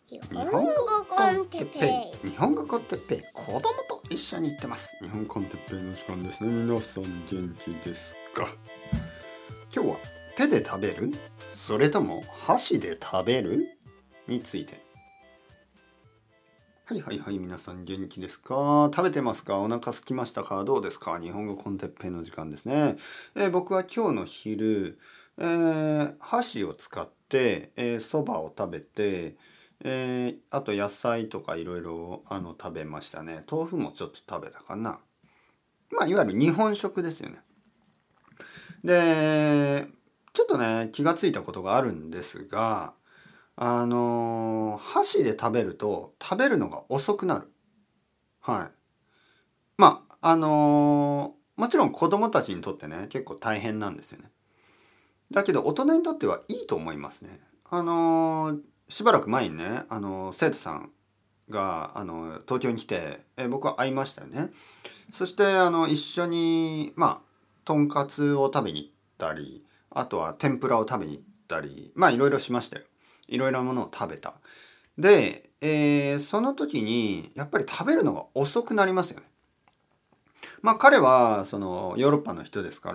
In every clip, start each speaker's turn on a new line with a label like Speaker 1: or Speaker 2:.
Speaker 1: 日本語コンテッペイ、日本語コンテッペイ、子供と一緒に行ってます。日本コンテッペイの時間ですね。皆さん元気ですか？今日は手で食べる？それとも箸で食べる？について。はい、皆さん元気ですか？食べてますか？お腹空きましたか？どうですか？日本語コンテッペイの時間ですね。僕は今日の昼、箸を使ってそばを食べて、あと野菜とかいろいろ食べましたね。豆腐もちょっと食べたかな。いわゆる日本食ですよね。で、ちょっとね気がついたことがあるんですが、箸で食べると食べるのが遅くなる。はい。もちろん子供たちにとってね結構大変なんですよね。だけど大人にとってはいいと思いますね。しばらく前にね生徒さんが東京に来て、僕は会いましたよね。そして一緒にとんかつを食べに行ったり、あとは天ぷらを食べに行ったり、いろいろしましたよ。いろいろなものを食べた。で、その時にやっぱり食べるのが遅くなりますよね。彼はそのヨーロッパの人ですから、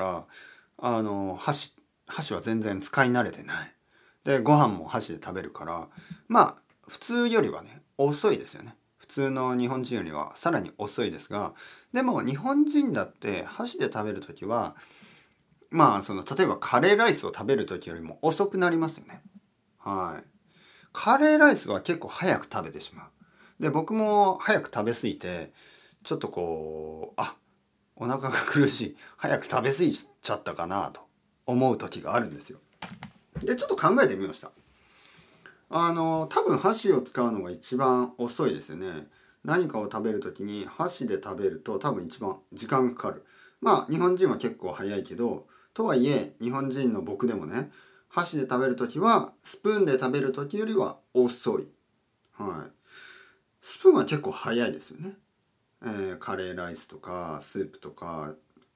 Speaker 1: 箸は全然使い慣れてない。で、ご飯も箸で食べるから、普通よりはね、遅いですよね。普通の日本人よりはさらに遅いですが、でも日本人だって箸で食べるときは、例えばカレーライスを食べるときよりも遅くなりますよね。はい。カレーライスは結構早く食べてしまう。で、僕も早く食べ過ぎて、ちょっとお腹が苦しい。早く食べ過ぎちゃったかなと思う時があるんですよ。で、ちょっと考えてみました。多分箸を使うのが一番遅いですよね。何かを食べる時に箸で食べると多分一番時間がかかる。日本人は結構早いけど、とはいえ日本人の僕でもね、箸で食べる時はスプーンで食べる時よりは遅い。はい。スプーンは結構早いですよね。カレーライスとかスープとか、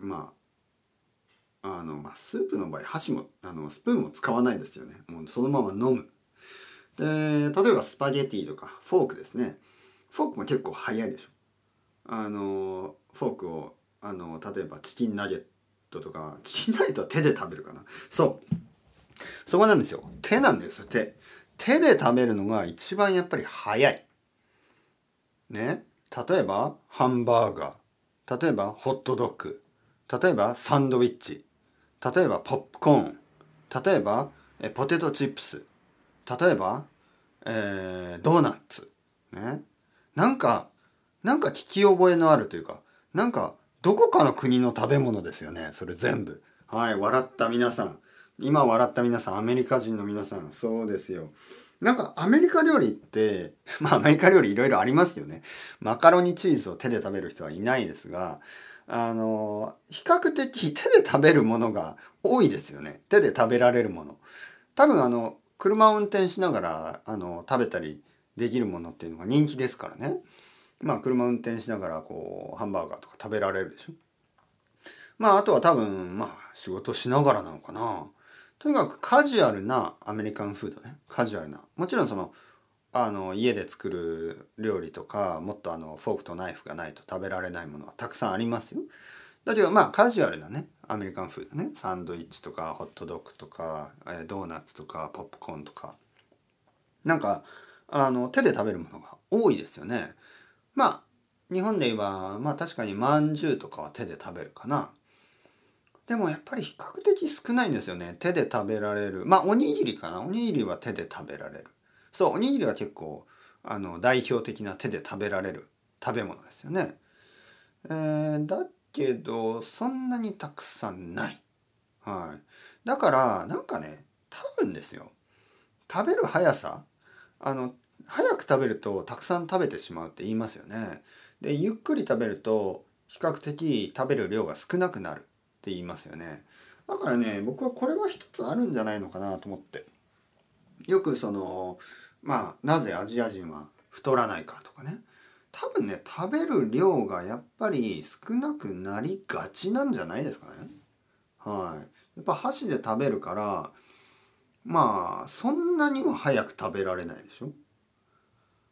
Speaker 1: スープの場合箸もスプーンも使わないですよね。もうそのまま飲む。で、例えばスパゲティとかフォークですね。フォークも結構早いでしょ。フォークを例えばチキンナゲットとか、チキンナゲットは手で食べるかな。そこなんですよ。手なんですよ。手で食べるのが一番やっぱり早いね。例えばハンバーガー、例えばホットドッグ、例えばサンドイッチ、例えばポップコーン、例えばポテトチップス、例えば、ドーナツ、ね、なんか聞き覚えのあるというか、どこかの国の食べ物ですよね。それ全部。はい、笑った皆さん、今笑った皆さん、アメリカ人の皆さん、そうですよ。アメリカ料理ってアメリカ料理いろいろありますよね。マカロニチーズを手で食べる人はいないですが、比較的手で食べるものが多いですよね。手で食べられるもの。多分車を運転しながら食べたりできるものっていうのが人気ですからね。車運転しながらハンバーガーとか食べられるでしょ。あとは多分仕事しながらなのかな。とにかくカジュアルなアメリカンフードね。カジュアルな。もちろん家で作る料理とか、もっとフォークとナイフがないと食べられないものはたくさんありますよ。だけどカジュアルなねアメリカンフードね、サンドイッチとかホットドッグとかドーナツとかポップコーンとか、手で食べるものが多いですよね。日本で言えば確かにまんじゅうとかは手で食べるかな。でもやっぱり比較的少ないんですよね。手で食べられる。おにぎりかな。おにぎりは手で食べられる。そう、おにぎりは結構代表的な手で食べられる食べ物ですよね。だけどそんなにたくさんない。はい。だから多分ですよ。食べる速さ、早く食べるとたくさん食べてしまうって言いますよね。で、ゆっくり食べると比較的食べる量が少なくなるって言いますよね。だからね、僕はこれは一つあるんじゃないのかなと思って。よくなぜアジア人は太らないかとかね。多分ね、食べる量がやっぱり少なくなりがちなんじゃないですかね。はい。やっぱ箸で食べるから、そんなには早く食べられないでしょ。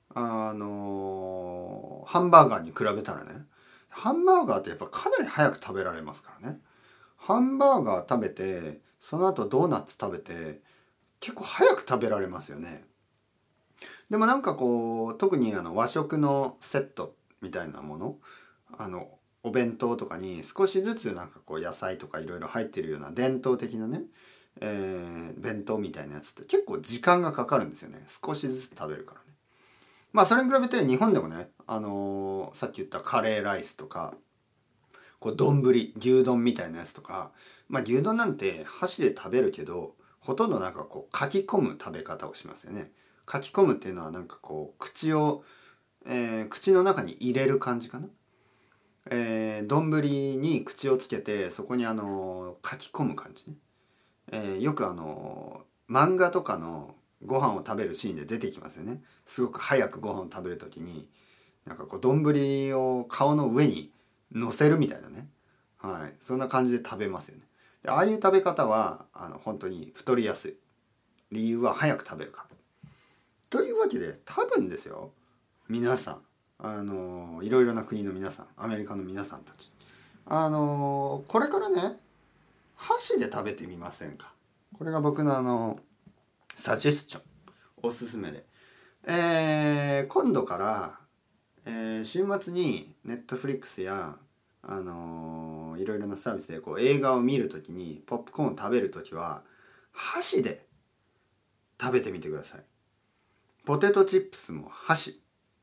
Speaker 1: ハンバーガーに比べたらね、ハンバーガーってやっぱかなり早く食べられますからね。ハンバーガー食べてその後ドーナツ食べて結構早く食べられますよね。でもなんかこう特に和食のセットみたいなもの、お弁当とかに少しずつなんかこう野菜とかいろいろ入ってるような伝統的なね、弁当みたいなやつって結構時間がかかるんですよね。少しずつ食べるからね。まあそれに比べて日本でもね、さっき言ったカレーライスとかこう丼牛丼みたいなやつとか、まあ牛丼なんて箸で食べるけどほとんどなんかこうかき込む食べ方をしますよね。かき込むっていうのはなんかこう口の中に入れる感じかな。丼に口をつけてそこにかき込む感じね。よく漫画とかのご飯を食べるシーンで出てきますよね。すごく早くご飯を食べる時になんかこう丼を顔の上に乗せるみたいなね、はい、そんな感じで食べますよね。でああいう食べ方は本当に太りやすい理由は早く食べるから。というわけで多分ですよ、皆さんいろいろな国の皆さん、アメリカの皆さんたちこれからね箸で食べてみませんか。これが僕のサジェスチョン、おすすめで、今度から、週末にネットフリックスやいろいろなサービスでこう映画を見るときにポップコーンを食べるときは箸で食べてみてください。ポテトチップスも箸、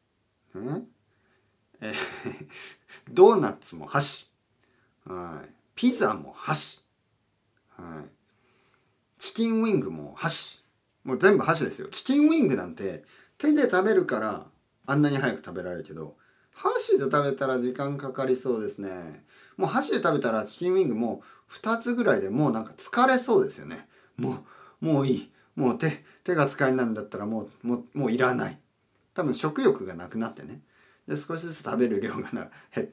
Speaker 1: ドーナツも箸、はい、ピザも箸、はい、チキンウィングも箸、もう全部箸ですよ。チキンウィングなんて手で食べるからあんなに早く食べられるけど、箸で食べたら時間かかりそうですね。もう箸で食べたらチキンウィングも2つぐらいでもうなんか疲れそうですよね。もういい。もう手が使えないんだったらもういらない。多分食欲がなくなってね。で少しずつ食べる量が減って、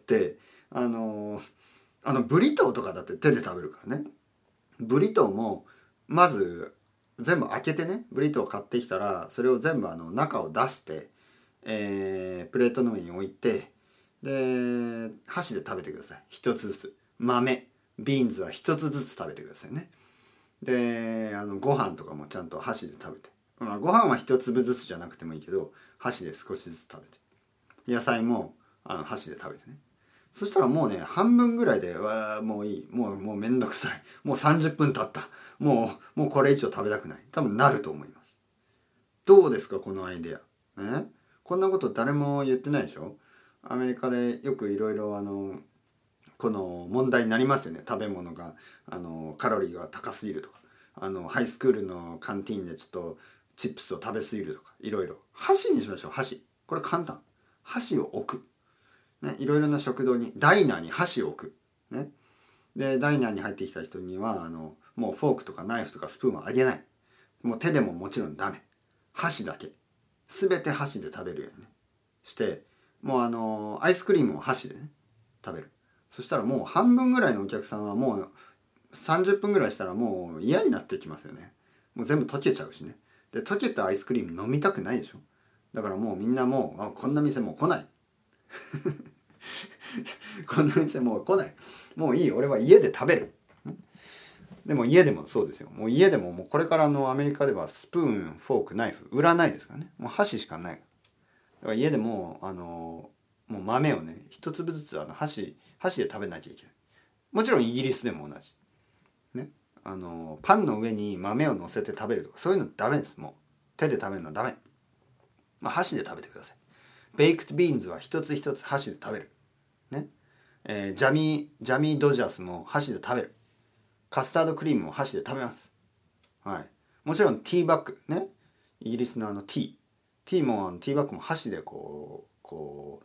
Speaker 1: ブリトーとかだって手で食べるからね。ブリトーもまず全部開けてね、ブリトーを買ってきたらそれを全部中を出して、プレートの上に置いて、で箸で食べてください。一つずつ。ビーンズは一つずつ食べてくださいね。でご飯とかもちゃんと箸で食べて、ご飯は一粒ずつじゃなくてもいいけど箸で少しずつ食べて、野菜も箸で食べてね。そしたらもうね半分ぐらいでもういい、もうめんどくさい、もう30分経った、もうこれ以上食べたくない、多分なると思います。どうですかこのアイデアね。こんなこと誰も言ってないでしょ。アメリカでよくいろいろこの問題になりますよね。食べ物がカロリーが高すぎるとか、ハイスクールのカンティーンでちょっとチップスを食べ過ぎるとか、いろいろ。箸にしましょう。箸、これ簡単。箸を置く、ね、いろいろな食堂にダイナーに箸を置く、ね、でダイナーに入ってきた人にはもうフォークとかナイフとかスプーンはあげない。もう手でももちろんダメ。箸だけ、全て箸で食べるように、ね、して、もうアイスクリームを箸でね食べる。そしたらもう半分ぐらいのお客さんはもう30分ぐらいしたらもう嫌になってきますよね。もう全部溶けちゃうしね。で溶けたアイスクリーム飲みたくないでしょ。だからもうみんなもうこんな店もう来ないこんな店もう来ない、もういい、俺は家で食べる。でも家でもそうですよ。もう家でももうこれからアメリカではスプーン、フォーク、ナイフ売らないですからね。もう箸しかない。だから家でももう豆をね一粒ずつ箸で食べなきゃいけない。もちろんイギリスでも同じね。パンの上に豆を乗せて食べるとかそういうのダメです。もう手で食べるのはダメ。箸で食べてください。ベイクトビーンズは一つ一つ箸で食べるね。ジャミードジャースも箸で食べる。カスタードクリームも箸で食べます。はい。もちろんティーバッグね。イギリスのティーもティーバッグも箸でこう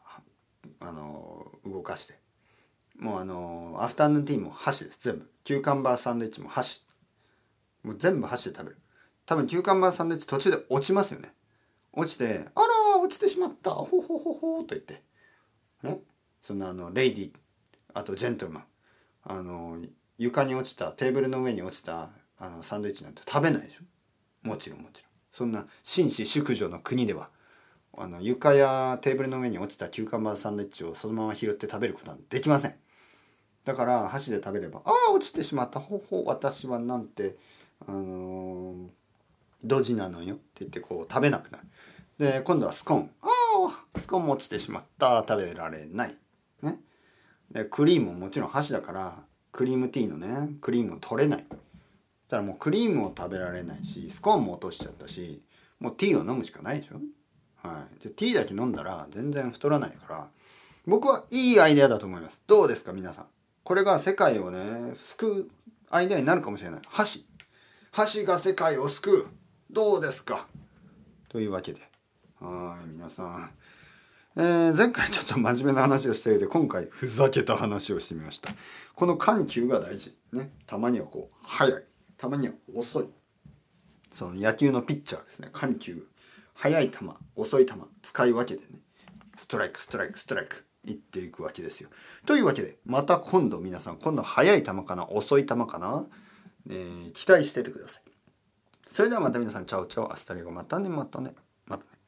Speaker 1: 動かして、もうアフタヌーンティーも箸です。全部キューカンバーサンドイッチも箸、もう全部箸で食べる。多分キューカンバーサンドイッチ途中で落ちますよね。落ちてあら落ちてしまったほほほほと言ってね。そんなレイディー、あとジェントルマン、床に落ちたテーブルの上に落ちたサンドイッチなんて食べないでしょ。もちろんそんな紳士淑女の国では床やテーブルの上に落ちたキューカンバーサンドイッチをそのまま拾って食べることはできません。だから箸で食べれば、落ちてしまった、私はなんてドジなのよって言ってこう食べなくなる。で今度はスコーン、スコーンも落ちてしまった、食べられないね。でクリームももちろん箸だからクリームティーのねクリームを取れない。だからもうクリームを食べられないし、スコーンも落としちゃったし、もうティーを飲むしかないでしょ。はい、でティーだけ飲んだら全然太らないから、僕はいいアイデアだと思います。どうですか皆さん。これが世界をね救うアイデアになるかもしれない。箸が世界を救う。どうですか。というわけで、皆さん、前回ちょっと真面目な話をしているので、今回ふざけた話をしてみました。この緩急が大事ね。たまにはこう速い、たまには遅い。その野球のピッチャーですね。緩急、速い球、遅い球使い分けでね、ストライクいっていくわけですよ。というわけで、また今度皆さん、今度速い球かな遅い球かな、期待しててください。それではまた皆さん、チャオチャオ、アスタリゴ、またね。